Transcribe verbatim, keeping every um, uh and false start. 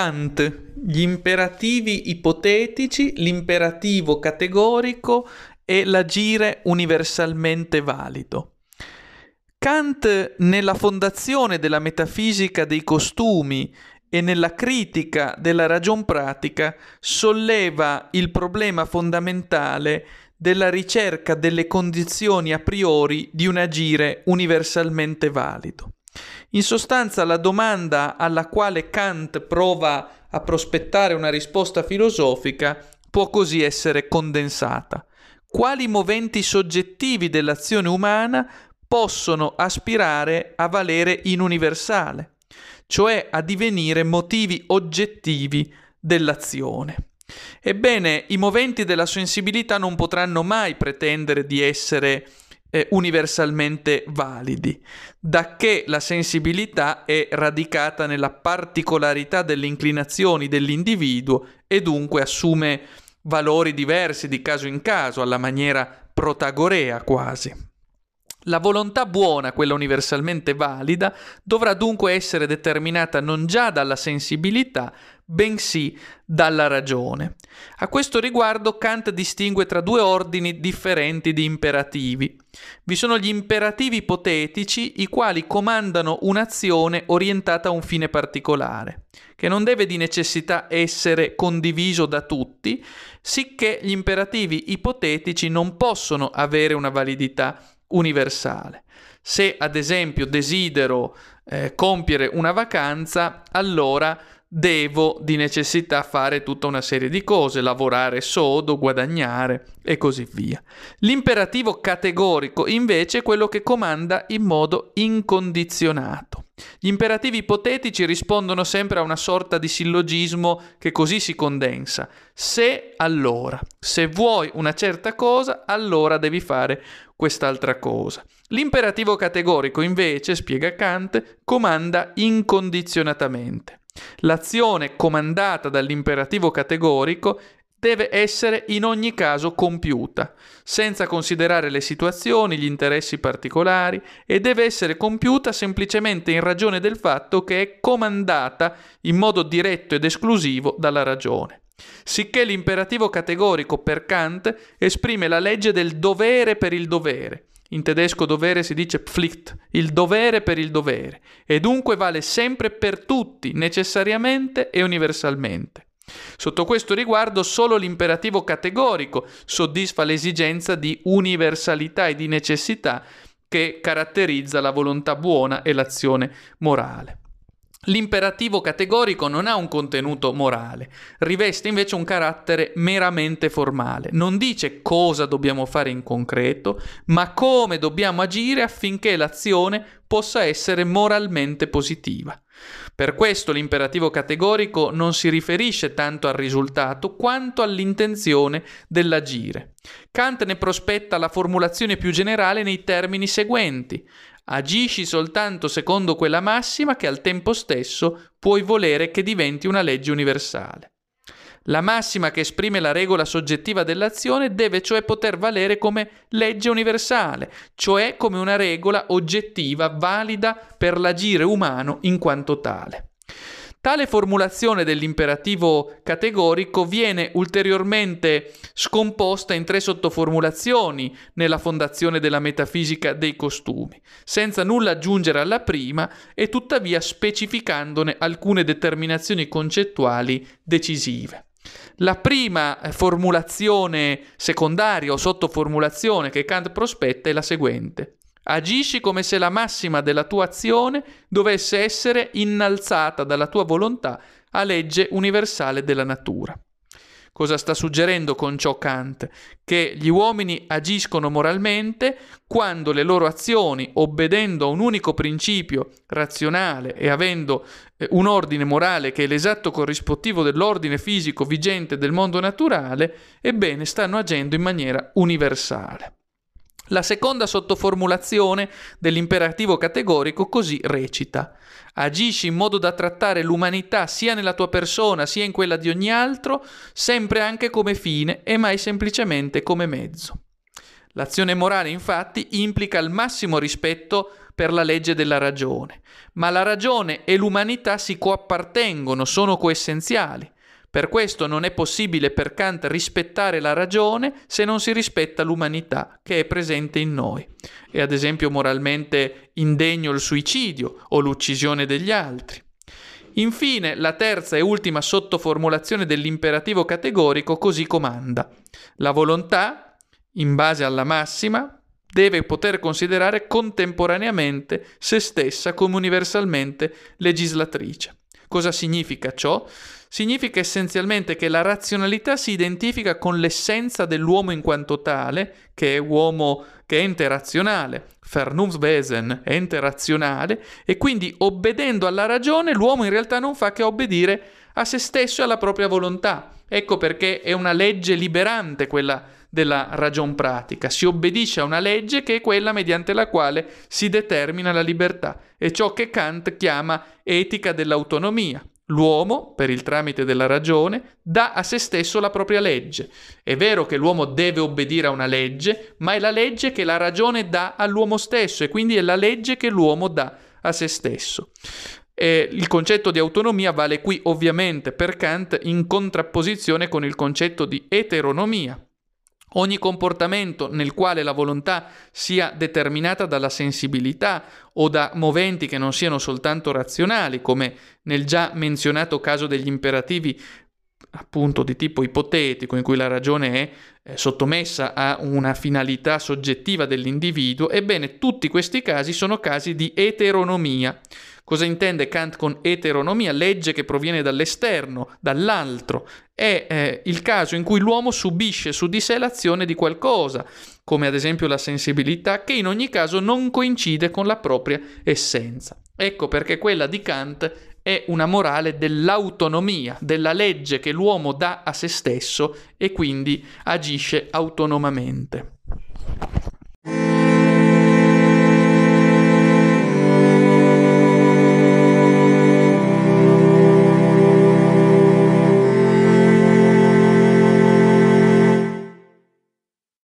Kant, gli imperativi ipotetici, l'imperativo categorico e l'agire universalmente valido. Kant, nella fondazione della metafisica dei costumi e nella critica della ragion pratica, solleva il problema fondamentale della ricerca delle condizioni a priori di un agire universalmente valido. In sostanza, la domanda alla quale Kant prova a prospettare una risposta filosofica può così essere condensata. Quali moventi soggettivi dell'azione umana possono aspirare a valere in universale, cioè a divenire motivi oggettivi dell'azione? Ebbene, i moventi della sensibilità non potranno mai pretendere di essere eh, universalmente validi, dacché la sensibilità è radicata nella particolarità delle inclinazioni dell'individuo e dunque assume valori diversi di caso in caso, alla maniera protagorea quasi. La volontà buona, quella universalmente valida, dovrà dunque essere determinata non già dalla sensibilità, bensì dalla ragione. A questo riguardo Kant distingue tra due ordini differenti di imperativi. Vi sono gli imperativi ipotetici, i quali comandano un'azione orientata a un fine particolare, che non deve di necessità essere condiviso da tutti, sicché gli imperativi ipotetici non possono avere una validità universale. Se ad esempio desidero eh, compiere una vacanza, allora devo di necessità fare tutta una serie di cose, lavorare sodo, guadagnare e così via. L'imperativo categorico invece è quello che comanda in modo incondizionato. Gli imperativi ipotetici rispondono sempre a una sorta di sillogismo che così si condensa: se, allora. Se vuoi una certa cosa, allora devi fare quest'altra cosa. L'imperativo categorico invece, spiega Kant, comanda incondizionatamente. L'azione comandata dall'imperativo categorico deve essere in ogni caso compiuta, senza considerare le situazioni, gli interessi particolari, e deve essere compiuta semplicemente in ragione del fatto che è comandata in modo diretto ed esclusivo dalla ragione. Sicché l'imperativo categorico per Kant esprime la legge del dovere per il dovere. In tedesco dovere si dice Pflicht, il dovere per il dovere, e dunque vale sempre per tutti, necessariamente e universalmente. Sotto questo riguardo solo l'imperativo categorico soddisfa l'esigenza di universalità e di necessità che caratterizza la volontà buona e l'azione morale. L'imperativo categorico non ha un contenuto morale, riveste invece un carattere meramente formale. Non dice cosa dobbiamo fare in concreto, ma come dobbiamo agire affinché l'azione possa essere moralmente positiva. Per questo l'imperativo categorico non si riferisce tanto al risultato quanto all'intenzione dell'agire. Kant ne prospetta la formulazione più generale nei termini seguenti: agisci soltanto secondo quella massima che al tempo stesso puoi volere che diventi una legge universale. La massima che esprime la regola soggettiva dell'azione deve cioè poter valere come legge universale, cioè come una regola oggettiva valida per l'agire umano in quanto tale. Tale formulazione dell'imperativo categorico viene ulteriormente scomposta in tre sottoformulazioni nella fondazione della metafisica dei costumi, senza nulla aggiungere alla prima e tuttavia specificandone alcune determinazioni concettuali decisive. La prima formulazione secondaria o sottoformulazione che Kant prospetta è la seguente: agisci come se la massima della tua azione dovesse essere innalzata dalla tua volontà a legge universale della natura. Cosa sta suggerendo con ciò Kant? Che gli uomini agiscono moralmente quando le loro azioni, obbedendo a un unico principio razionale e avendo eh, un ordine morale che è l'esatto corrispettivo dell'ordine fisico vigente del mondo naturale, ebbene stanno agendo in maniera universale. La seconda sottoformulazione dell'imperativo categorico così recita: agisci in modo da trattare l'umanità sia nella tua persona sia in quella di ogni altro, sempre anche come fine e mai semplicemente come mezzo. L'azione morale, infatti, implica il massimo rispetto per la legge della ragione, ma la ragione e l'umanità si coappartengono, sono coessenziali. Per questo non è possibile per Kant rispettare la ragione se non si rispetta l'umanità che è presente in noi. È ad esempio moralmente indegno il suicidio o l'uccisione degli altri. Infine, la terza e ultima sottoformulazione dell'imperativo categorico così comanda: la volontà, in base alla massima, deve poter considerare contemporaneamente se stessa come universalmente legislatrice. Cosa significa ciò? Significa essenzialmente che la razionalità si identifica con l'essenza dell'uomo in quanto tale, che è uomo che è interazionale, Vernunftswesen è interazionale, e quindi obbedendo alla ragione l'uomo in realtà non fa che obbedire a se stesso e alla propria volontà. Ecco perché è una legge liberante quella della ragion pratica. Si obbedisce a una legge che è quella mediante la quale si determina la libertà. È ciò che Kant chiama etica dell'autonomia. L'uomo, per il tramite della ragione, dà a se stesso la propria legge. È vero che l'uomo deve obbedire a una legge, ma è la legge che la ragione dà all'uomo stesso e quindi è la legge che l'uomo dà a se stesso. E il concetto di autonomia vale qui ovviamente per Kant in contrapposizione con il concetto di eteronomia. Ogni comportamento nel quale la volontà sia determinata dalla sensibilità o da moventi che non siano soltanto razionali, come nel già menzionato caso degli imperativi appunto di tipo ipotetico, in cui la ragione è eh, sottomessa a una finalità soggettiva dell'individuo, ebbene tutti questi casi sono casi di eteronomia. Cosa intende Kant con eteronomia? Legge che proviene dall'esterno, dall'altro. È eh, il caso in cui l'uomo subisce su di sé l'azione di qualcosa, come ad esempio la sensibilità, che in ogni caso non coincide con la propria essenza. Ecco perché quella di Kant è una morale dell'autonomia, della legge che l'uomo dà a se stesso e quindi agisce autonomamente.